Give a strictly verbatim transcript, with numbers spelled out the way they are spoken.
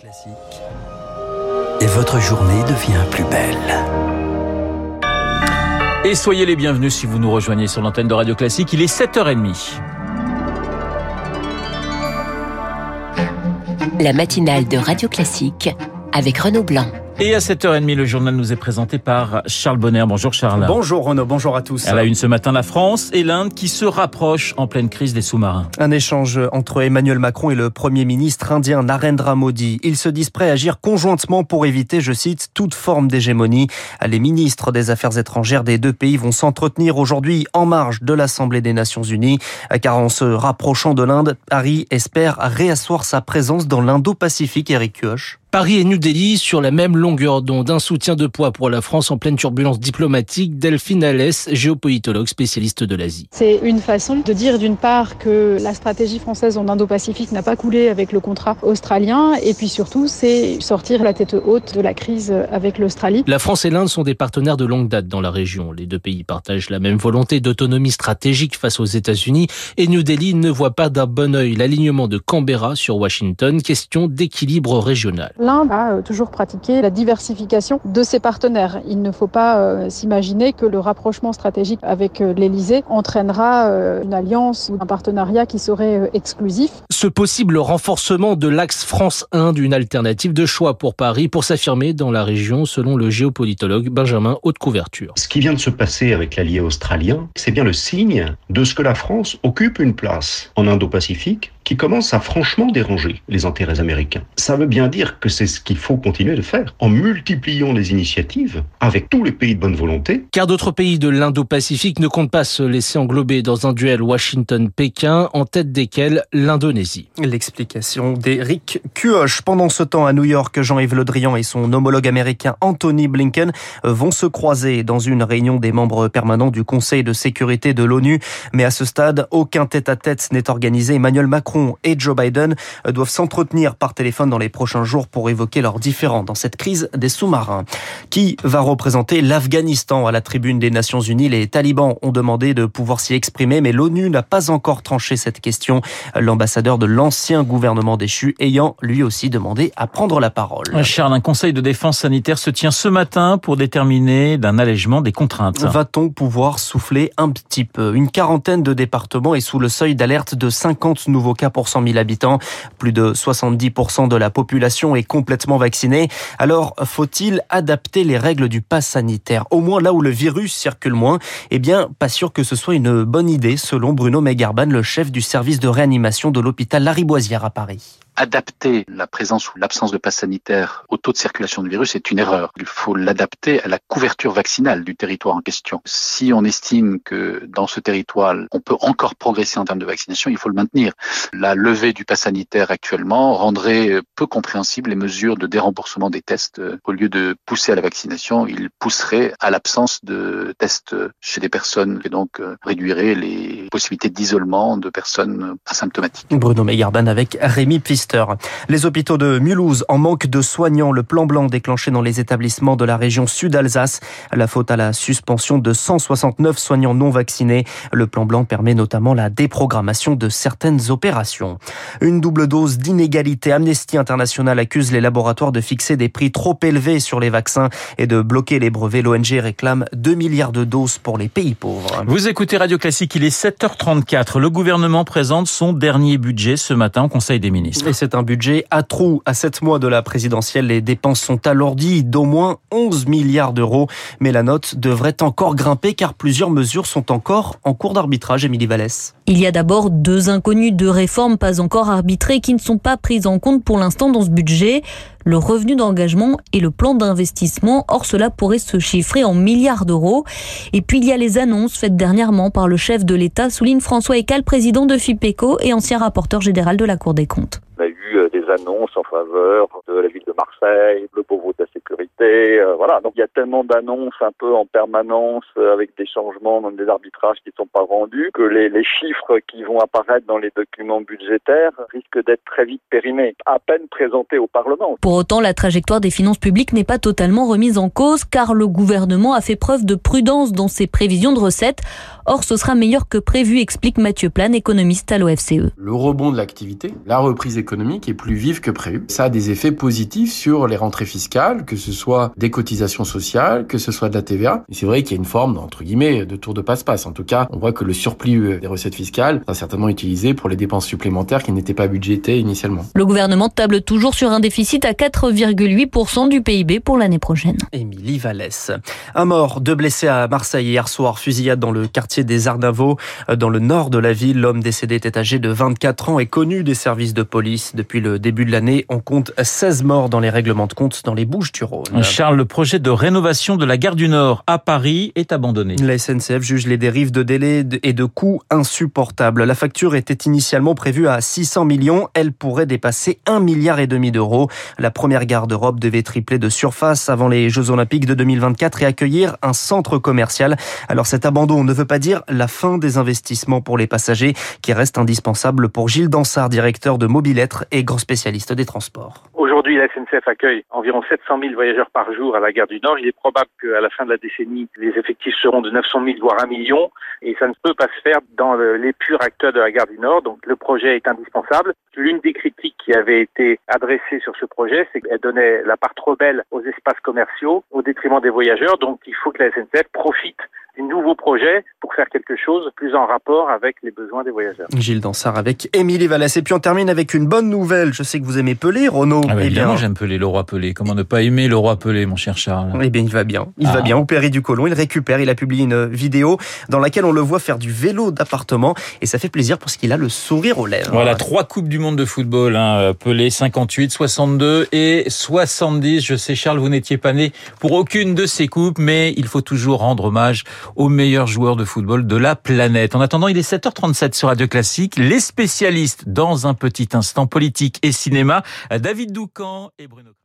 Classique. Et votre journée devient plus belle. Et soyez les bienvenus si vous nous rejoignez sur l'antenne de Radio Classique. Il est sept heures trente. La matinale de Radio Classique avec Renaud Blanc. Et à sept heures trente, le journal nous est présenté par Charles Bonner. Bonjour Charles. Bonjour Renaud, bonjour à tous. À la une ce matin, la France et l'Inde qui se rapprochent en pleine crise des sous-marins. Un échange entre Emmanuel Macron et le Premier ministre indien Narendra Modi. Ils se disent prêts à agir conjointement pour éviter, je cite, toute forme d'hégémonie. Les ministres des Affaires étrangères des deux pays vont s'entretenir aujourd'hui en marge de l'Assemblée des Nations Unies. Car en se rapprochant de l'Inde, Paris espère réasseoir sa présence dans l'Indo-Pacifique. Éric Kioch. Paris et New Delhi sur la même longueur d'onde. Un soutien de poids pour la France en pleine turbulence diplomatique. Delphine Alès, géopolitologue spécialiste de l'Asie. C'est une façon de dire d'une part que la stratégie française en Indo-Pacifique n'a pas coulé avec le contrat australien. Et puis surtout, c'est sortir la tête haute de la crise avec l'Australie. La France et l'Inde sont des partenaires de longue date dans la région. Les deux pays partagent la même volonté d'autonomie stratégique face aux États-Unis. Et New Delhi ne voit pas d'un bon œil l'alignement de Canberra sur Washington. Question d'équilibre régional. L'Inde a toujours pratiqué la diversification de ses partenaires. Il ne faut pas euh, s'imaginer que le rapprochement stratégique avec euh, l'Élysée entraînera euh, une alliance ou un partenariat qui serait euh, exclusif. Ce possible renforcement de l'axe France-Inde, une alternative de choix pour Paris pour s'affirmer dans la région, selon le géopolitologue Benjamin Haute-Couverture. Ce qui vient de se passer avec l'allié australien, c'est bien le signe de ce que la France occupe une place en Indo-Pacifique qui commence à franchement déranger les intérêts américains. Ça veut bien dire que c'est ce qu'il faut continuer de faire, en multipliant les initiatives avec tous les pays de bonne volonté. Car d'autres pays de l'Indo-Pacifique ne comptent pas se laisser englober dans un duel Washington-Pékin, en tête desquels l'Indonésie. L'explication d'Éric Kioch. Pendant ce temps, à New York, Jean-Yves Le Drian et son homologue américain Anthony Blinken vont se croiser dans une réunion des membres permanents du Conseil de sécurité de l'ONU. Mais à ce stade, aucun tête-à-tête n'est organisé. Emmanuel Macron et Joe Biden doivent s'entretenir par téléphone dans les prochains jours pour évoquer leurs différends dans cette crise des sous-marins. Qui va représenter l'Afghanistan à la tribune des Nations Unies? Les talibans ont demandé de pouvoir s'y exprimer, mais l'ONU n'a pas encore tranché cette question. L'ambassadeur de l'ancien gouvernement déchu ayant lui aussi demandé à prendre la parole. Charles, un conseil de défense sanitaire se tient ce matin pour déterminer d'un allègement des contraintes. Va-t-on pouvoir souffler un petit peu? Une quarantaine de départements est sous le seuil d'alerte de cinquante nouveaux cas pour cent mille habitants. Plus de soixante-dix pour cent de la population est complètement vaccinée. Alors, faut-il adapter les règles du pass sanitaire? Au moins là où le virus circule moins. Eh bien, pas sûr que ce soit une bonne idée, selon Bruno Megarban, le chef du service de réanimation de l'hôpital Lariboisière à Paris. Adapter la présence ou l'absence de passe sanitaire au taux de circulation du virus est une erreur. Il faut l'adapter à la couverture vaccinale du territoire en question. Si on estime que dans ce territoire, on peut encore progresser en termes de vaccination, il faut le maintenir. La levée du passe sanitaire actuellement rendrait peu compréhensibles les mesures de déremboursement des tests. Au lieu de pousser à la vaccination, il pousserait à l'absence de tests chez des personnes et donc réduirait les possibilités d'isolement de personnes asymptomatiques. Bruno Megarban avec Rémi Pfister. Les hôpitaux de Mulhouse en manque de soignants. Le plan blanc déclenché dans les établissements de la région Sud-Alsace. La faute à la suspension de cent soixante-neuf soignants non vaccinés. Le plan blanc permet notamment la déprogrammation de certaines opérations. Une double dose d'inégalité. Amnesty International accuse les laboratoires de fixer des prix trop élevés sur les vaccins et de bloquer les brevets. L'O N G réclame deux milliards de doses pour les pays pauvres. Vous écoutez Radio Classique, il est sept heures trente-quatre. Le gouvernement présente son dernier budget ce matin au Conseil des ministres. Et c'est un budget à trous. À sept mois de la présidentielle, les dépenses sont alourdies d'au moins onze milliards d'euros. Mais la note devrait encore grimper car plusieurs mesures sont encore en cours d'arbitrage. Émilie Vallès. Il y a d'abord deux inconnus, deux réformes pas encore arbitrées qui ne sont pas prises en compte pour l'instant dans ce budget. Le revenu d'engagement et le plan d'investissement. Or, cela pourrait se chiffrer en milliards d'euros. Et puis, il y a les annonces faites dernièrement par le chef de l'État, souligne François Ecal, président de FIPECO et ancien rapporteur général de la Cour des comptes. On a eu des annonces en faveur de la ville de Marseille, le Beauvau de la sécurité, euh, voilà. Donc il y a tellement d'annonces un peu en permanence euh, avec des changements, même des arbitrages qui ne sont pas rendus, que les, les chiffres qui vont apparaître dans les documents budgétaires risquent d'être très vite périmés, à peine présentés au Parlement. Pour autant, la trajectoire des finances publiques n'est pas totalement remise en cause car le gouvernement a fait preuve de prudence dans ses prévisions de recettes. Or, ce sera meilleur que prévu, explique Mathieu Plane, économiste à l'O F C E. Le rebond de l'activité, la reprise économique est plus plus vive que prévu. Ça a des effets positifs sur les rentrées fiscales, que ce soit des cotisations sociales, que ce soit de la T V A. Et c'est vrai qu'il y a une forme, entre guillemets, de tour de passe-passe. En tout cas, on voit que le surplus des recettes fiscales sera certainement utilisé pour les dépenses supplémentaires qui n'étaient pas budgétées initialement. Le gouvernement table toujours sur un déficit à quatre virgule huit pour cent du P I B pour l'année prochaine. Émilie Vallès. Un mort, deux blessés à Marseille hier soir, fusillade dans le quartier des Arnavaux, dans le nord de la ville. L'homme décédé était âgé de vingt-quatre ans et connu des services de police. Depuis le début de l'année, on compte seize morts dans les règlements de compte dans les Bouches-du-Rhône. Charles, le projet de rénovation de la gare du Nord à Paris est abandonné. La S N C F juge les dérives de délais et de coûts insupportables. La facture était initialement prévue à six cents millions. Elle pourrait dépasser un milliard et demi d'euros. La première gare d'Europe devait tripler de surface avant les Jeux Olympiques de deux mille vingt-quatre et accueillir un centre commercial. Alors cet abandon ne veut pas dire la fin des investissements pour les passagers qui restent indispensables pour Gilles Dansard, directeur de Mobilettre et grand spécialiste des transports. Aujourd'hui, la S N C F accueille environ sept cent mille voyageurs par jour à la gare du Nord. Il est probable qu'à la fin de la décennie, les effectifs seront de neuf cent mille, voire un million. Et ça ne peut pas se faire dans les purs acteurs de la gare du Nord. Donc le projet est indispensable. L'une des critiques qui avait été adressée sur ce projet, c'est qu'elle donnait la part trop belle aux espaces commerciaux au détriment des voyageurs. Donc il faut que la S N C F profite du nouveau projet pour faire quelque chose plus en rapport avec les besoins des voyageurs. Gilles Dansard avec Émilie Vallès. Et puis on termine avec une bonne nouvelle. Je sais que vous aimez Pelé, Renaud. Ah bah eh évidemment, bien, j'aime Pelé, le roi Pelé. Comment ne pas aimer le roi Pelé, mon cher Charles? Eh bien, il va bien. Il ah. va bien. Au Péri du Colon, il récupère. Il a publié une vidéo dans laquelle on le voit faire du vélo d'appartement. Et ça fait plaisir parce qu'il a le sourire aux lèvres. Voilà, trois coupes du monde de football. Hein. Pelé, cinquante-huit, soixante-deux et soixante-dix. Je sais, Charles, vous n'étiez pas né pour aucune de ces coupes, mais il faut toujours rendre hommage aux meilleurs joueurs de football de la planète. En attendant, il est sept heures trente-sept sur Radio Classique. Les spécialistes dans un petit instant politique et cinéma, David Doucan et Bruno